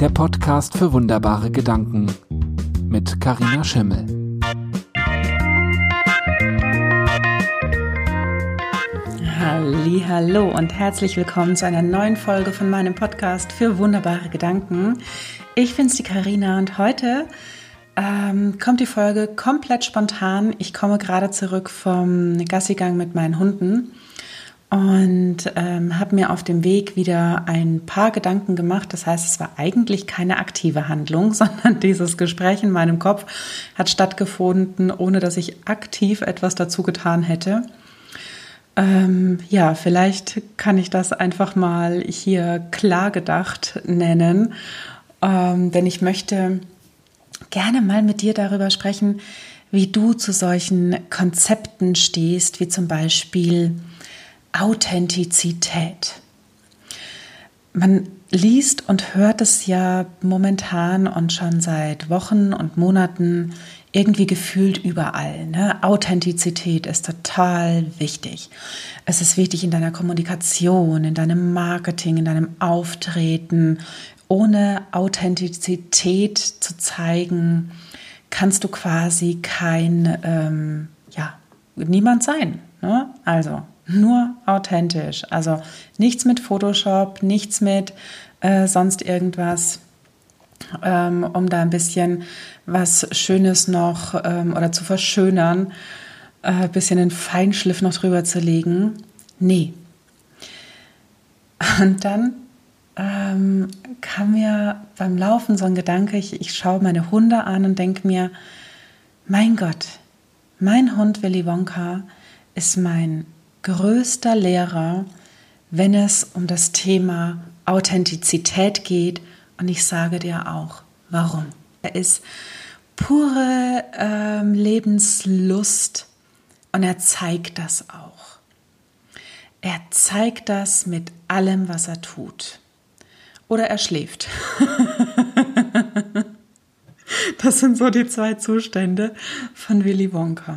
der Podcast für wunderbare Gedanken mit Carina Schimmel. Hallo und herzlich willkommen zu einer neuen Folge von meinem Podcast für wunderbare Gedanken. Ich bin's, die Carina, und heute kommt die Folge komplett spontan. Ich komme gerade zurück vom Gassigang mit meinen Hunden und habe mir auf dem Weg wieder ein paar Gedanken gemacht. Das heißt, es war eigentlich keine aktive Handlung, sondern dieses Gespräch in meinem Kopf hat stattgefunden, ohne dass ich aktiv etwas dazu getan hätte. Vielleicht kann ich das einfach mal hier klar gedacht nennen, denn ich möchte gerne mal mit dir darüber sprechen, wie du zu solchen Konzepten stehst, wie zum Beispiel Authentizität. Man liest und hört es ja momentan und schon seit Wochen und Monaten irgendwie gefühlt überall. Ne? Authentizität ist total wichtig. Es ist wichtig in deiner Kommunikation, in deinem Marketing, in deinem Auftreten. Ohne Authentizität zu zeigen, kannst du quasi niemand sein. Ne? Also nur authentisch. Also nichts mit Photoshop, nichts mit sonst irgendwas, um da ein bisschen was Schönes noch oder zu verschönern, ein bisschen einen Feinschliff noch drüber zu legen. Nee. Und dann kam mir beim Laufen so ein Gedanke, ich schaue meine Hunde an und denke mir, mein Gott, mein Hund Willy Wonka ist mein größter Lehrer, wenn es um das Thema Authentizität geht, und ich sage dir auch, warum. Er ist pure Lebenslust und er zeigt das auch. Er zeigt das mit allem, was er tut. Oder er schläft. Das sind so die zwei Zustände von Willy Wonka.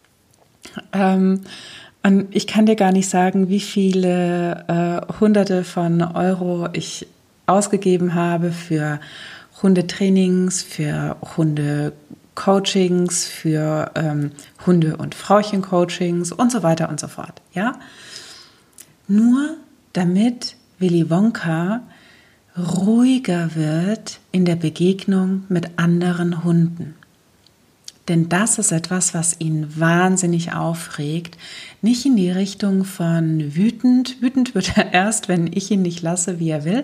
Und ich kann dir gar nicht sagen, wie viele Hunderte von Euro ich ausgegeben habe für Hundetrainings, für Hundecoachings, für Hunde- und Frauchencoachings und so weiter und so fort. Ja? Nur damit Willy Wonka ruhiger wird in der Begegnung mit anderen Hunden. Denn das ist etwas, was ihn wahnsinnig aufregt. Nicht in die Richtung von wütend. Wütend wird er erst, wenn ich ihn nicht lasse, wie er will.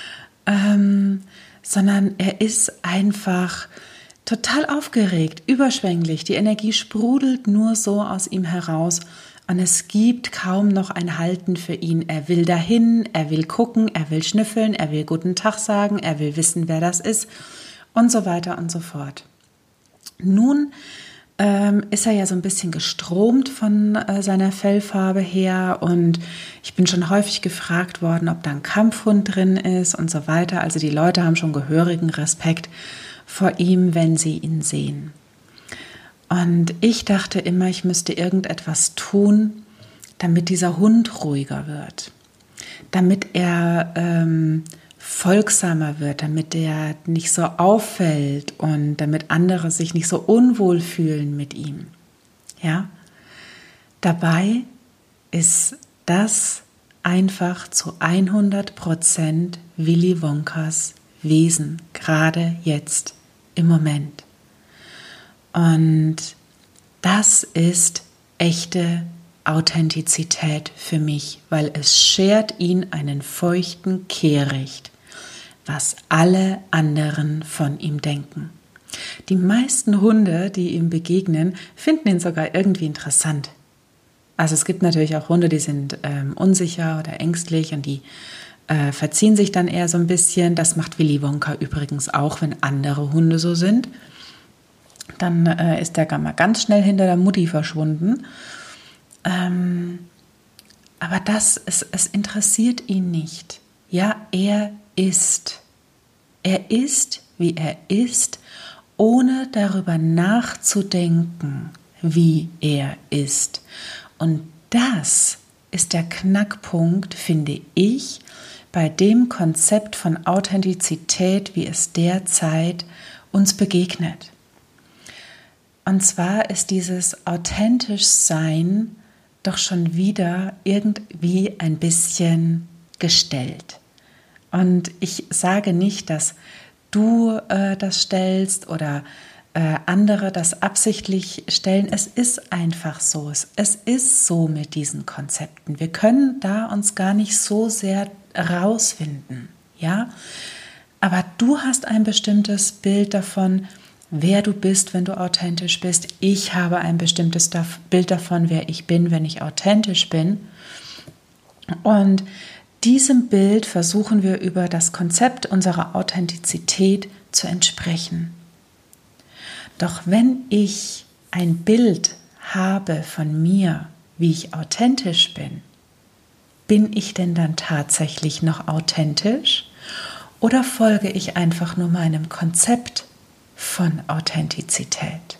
Sondern er ist einfach total aufgeregt, überschwänglich. Die Energie sprudelt nur so aus ihm heraus. Und es gibt kaum noch ein Halten für ihn. Er will dahin, er will gucken, er will schnüffeln, er will guten Tag sagen, er will wissen, wer das ist und so weiter und so fort. Nun ist er ja so ein bisschen gestromt von seiner Fellfarbe her und ich bin schon häufig gefragt worden, ob da ein Kampfhund drin ist und so weiter. Also die Leute haben schon gehörigen Respekt vor ihm, wenn sie ihn sehen. Und ich dachte immer, ich müsste irgendetwas tun, damit dieser Hund ruhiger wird, damit er folgsamer wird, damit er nicht so auffällt und damit andere sich nicht so unwohl fühlen mit ihm. Ja? Dabei ist das einfach zu 100% Willy Wonkas Wesen, gerade jetzt im Moment. Und das ist echte Authentizität für mich, weil es schert ihn einen feuchten Kehricht, was alle anderen von ihm denken. Die meisten Hunde, die ihm begegnen, finden ihn sogar irgendwie interessant. Also es gibt natürlich auch Hunde, die sind unsicher oder ängstlich und die verziehen sich dann eher so ein bisschen. Das macht Willy Wonka übrigens auch, wenn andere Hunde so sind. Dann ist der mal ganz schnell hinter der Mutti verschwunden. Aber es interessiert ihn nicht. Ja, er ist. Er ist, wie er ist, ohne darüber nachzudenken, wie er ist. Und das ist der Knackpunkt, finde ich, bei dem Konzept von Authentizität, wie es derzeit uns begegnet. Und zwar ist dieses authentisch Sein doch schon wieder irgendwie ein bisschen gestellt. Und ich sage nicht, dass du das stellst oder andere das absichtlich stellen. Es ist einfach so. Es ist so mit diesen Konzepten. Wir können da uns gar nicht so sehr rausfinden. Ja? Aber du hast ein bestimmtes Bild davon, wer du bist, wenn du authentisch bist. Ich habe ein bestimmtes Bild davon, wer ich bin, wenn ich authentisch bin. Und diesem Bild versuchen wir über das Konzept unserer Authentizität zu entsprechen. Doch wenn ich ein Bild habe von mir, wie ich authentisch bin ich denn dann tatsächlich noch authentisch oder folge ich einfach nur meinem Konzept von Authentizität?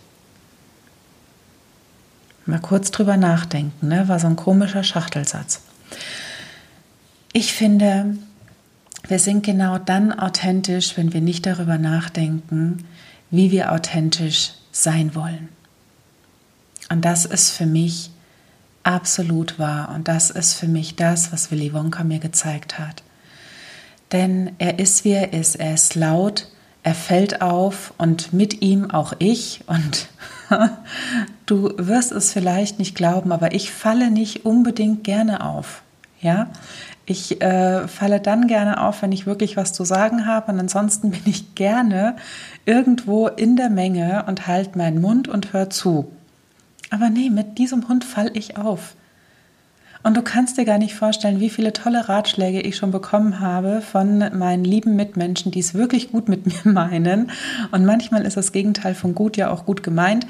Mal kurz drüber nachdenken, ne? War so ein komischer Schachtelsatz. Ich finde, wir sind genau dann authentisch, wenn wir nicht darüber nachdenken, wie wir authentisch sein wollen. Und das ist für mich absolut wahr. Und das ist für mich das, was Willy Wonka mir gezeigt hat. Denn er ist, wie er ist. Er ist laut, er fällt auf und mit ihm auch ich. Und du wirst es vielleicht nicht glauben, aber ich falle nicht unbedingt gerne auf. Ja? Ich falle dann gerne auf, wenn ich wirklich was zu sagen habe. Und ansonsten bin ich gerne irgendwo in der Menge und halte meinen Mund und höre zu. Aber nee, mit diesem Hund falle ich auf. Und du kannst dir gar nicht vorstellen, wie viele tolle Ratschläge ich schon bekommen habe von meinen lieben Mitmenschen, die es wirklich gut mit mir meinen. Und manchmal ist das Gegenteil von gut ja auch gut gemeint,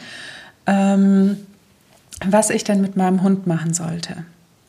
was ich denn mit meinem Hund machen sollte.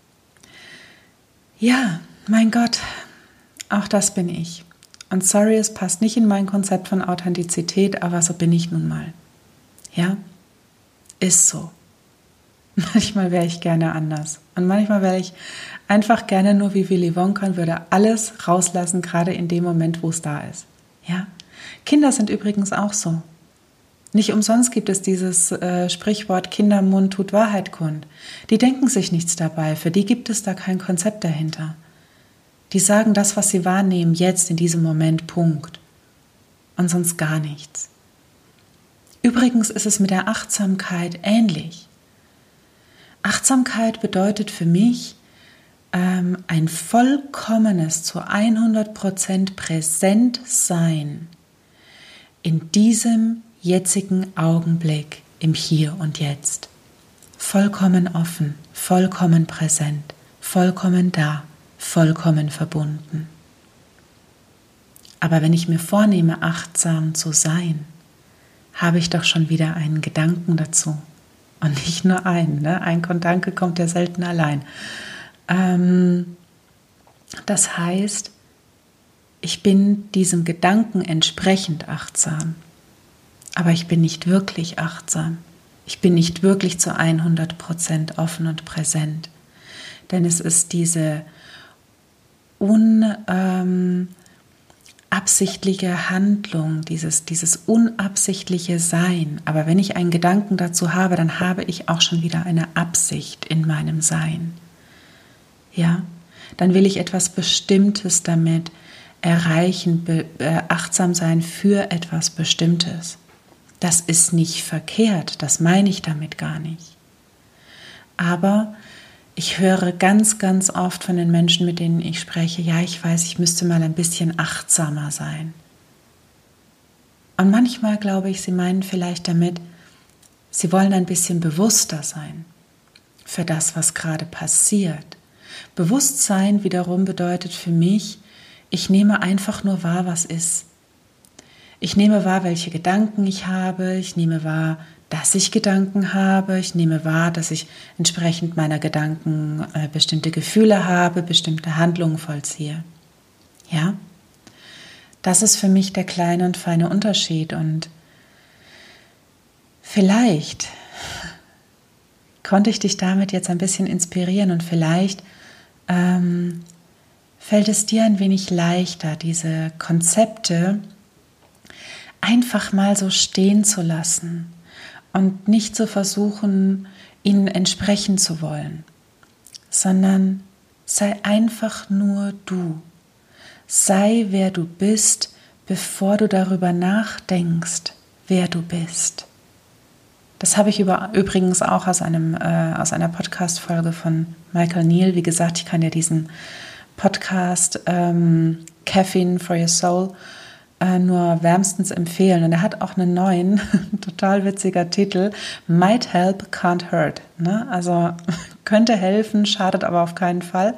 Ja, mein Gott, auch das bin ich. Und sorry, es passt nicht in mein Konzept von Authentizität, aber so bin ich nun mal. Ja, ist so. Manchmal wäre ich gerne anders. Und manchmal wäre ich einfach gerne nur wie Willy Wonka und würde alles rauslassen, gerade in dem Moment, wo es da ist. Ja, Kinder sind übrigens auch so. Nicht umsonst gibt es dieses Sprichwort, Kindermund tut Wahrheit kund. Die denken sich nichts dabei, für die gibt es da kein Konzept dahinter. Die sagen das, was sie wahrnehmen, jetzt in diesem Moment, Punkt. Und sonst gar nichts. Übrigens ist es mit der Achtsamkeit ähnlich. Achtsamkeit bedeutet für mich ein vollkommenes, zu 100% präsent sein in diesem jetzigen Augenblick, im Hier und Jetzt. Vollkommen offen, vollkommen präsent, vollkommen da, vollkommen verbunden. Aber wenn ich mir vornehme, achtsam zu sein, habe ich doch schon wieder einen Gedanken dazu. Und nicht nur einen. Ne? Ein Gedanke kommt ja selten allein. Das heißt, ich bin diesem Gedanken entsprechend achtsam. Aber ich bin nicht wirklich achtsam. Ich bin nicht wirklich zu 100% offen und präsent. Denn es ist diese unabsichtliche Handlung, dieses unabsichtliche Sein. Aber wenn ich einen Gedanken dazu habe, dann habe ich auch schon wieder eine Absicht in meinem Sein. Ja, dann will ich etwas Bestimmtes damit erreichen, achtsam sein für etwas Bestimmtes. Das ist nicht verkehrt, das meine ich damit gar nicht. Aber ich höre ganz, ganz oft von den Menschen, mit denen ich spreche, ja, ich weiß, ich müsste mal ein bisschen achtsamer sein. Und manchmal glaube ich, sie meinen vielleicht damit, sie wollen ein bisschen bewusster sein für das, was gerade passiert. Bewusstsein wiederum bedeutet für mich, ich nehme einfach nur wahr, was ist. Ich nehme wahr, welche Gedanken ich habe. Ich nehme wahr, dass ich Gedanken habe. Ich nehme wahr, dass ich entsprechend meiner Gedanken bestimmte Gefühle habe, bestimmte Handlungen vollziehe. Ja? Das ist für mich der kleine und feine Unterschied. Und vielleicht konnte ich dich damit jetzt ein bisschen inspirieren und vielleicht fällt es dir ein wenig leichter, diese Konzepte einfach mal so stehen zu lassen und nicht zu versuchen, ihnen entsprechen zu wollen, sondern sei einfach nur du. Sei, wer du bist, bevor du darüber nachdenkst, wer du bist. Das habe ich übrigens auch aus einer Podcast-Folge von Michael Neill. Wie gesagt, ich kann dir diesen Podcast Caffeine for Your Soul nur wärmstens empfehlen. Und er hat auch einen neuen, total witziger Titel, Might Help, Can't Hurt. Ne? Also könnte helfen, schadet aber auf keinen Fall.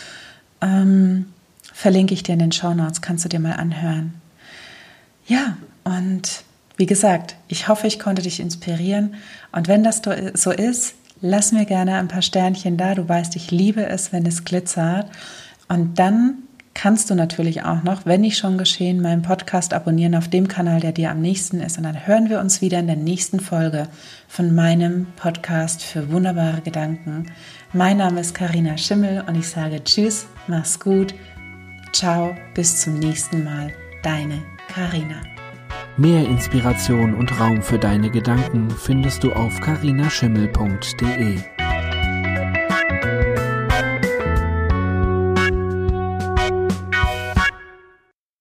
Verlinke ich dir in den Shownotes, kannst du dir mal anhören. Ja, und wie gesagt, ich hoffe, ich konnte dich inspirieren. Und wenn das so ist, lass mir gerne ein paar Sternchen da. Du weißt, ich liebe es, wenn es glitzert. Und dann kannst du natürlich auch noch, wenn nicht schon geschehen, meinen Podcast abonnieren auf dem Kanal, der dir am nächsten ist. Und dann hören wir uns wieder in der nächsten Folge von meinem Podcast für wunderbare Gedanken. Mein Name ist Carina Schimmel und ich sage Tschüss, mach's gut, ciao, bis zum nächsten Mal. Deine Carina. Mehr Inspiration und Raum für deine Gedanken findest du auf carinaschimmel.de.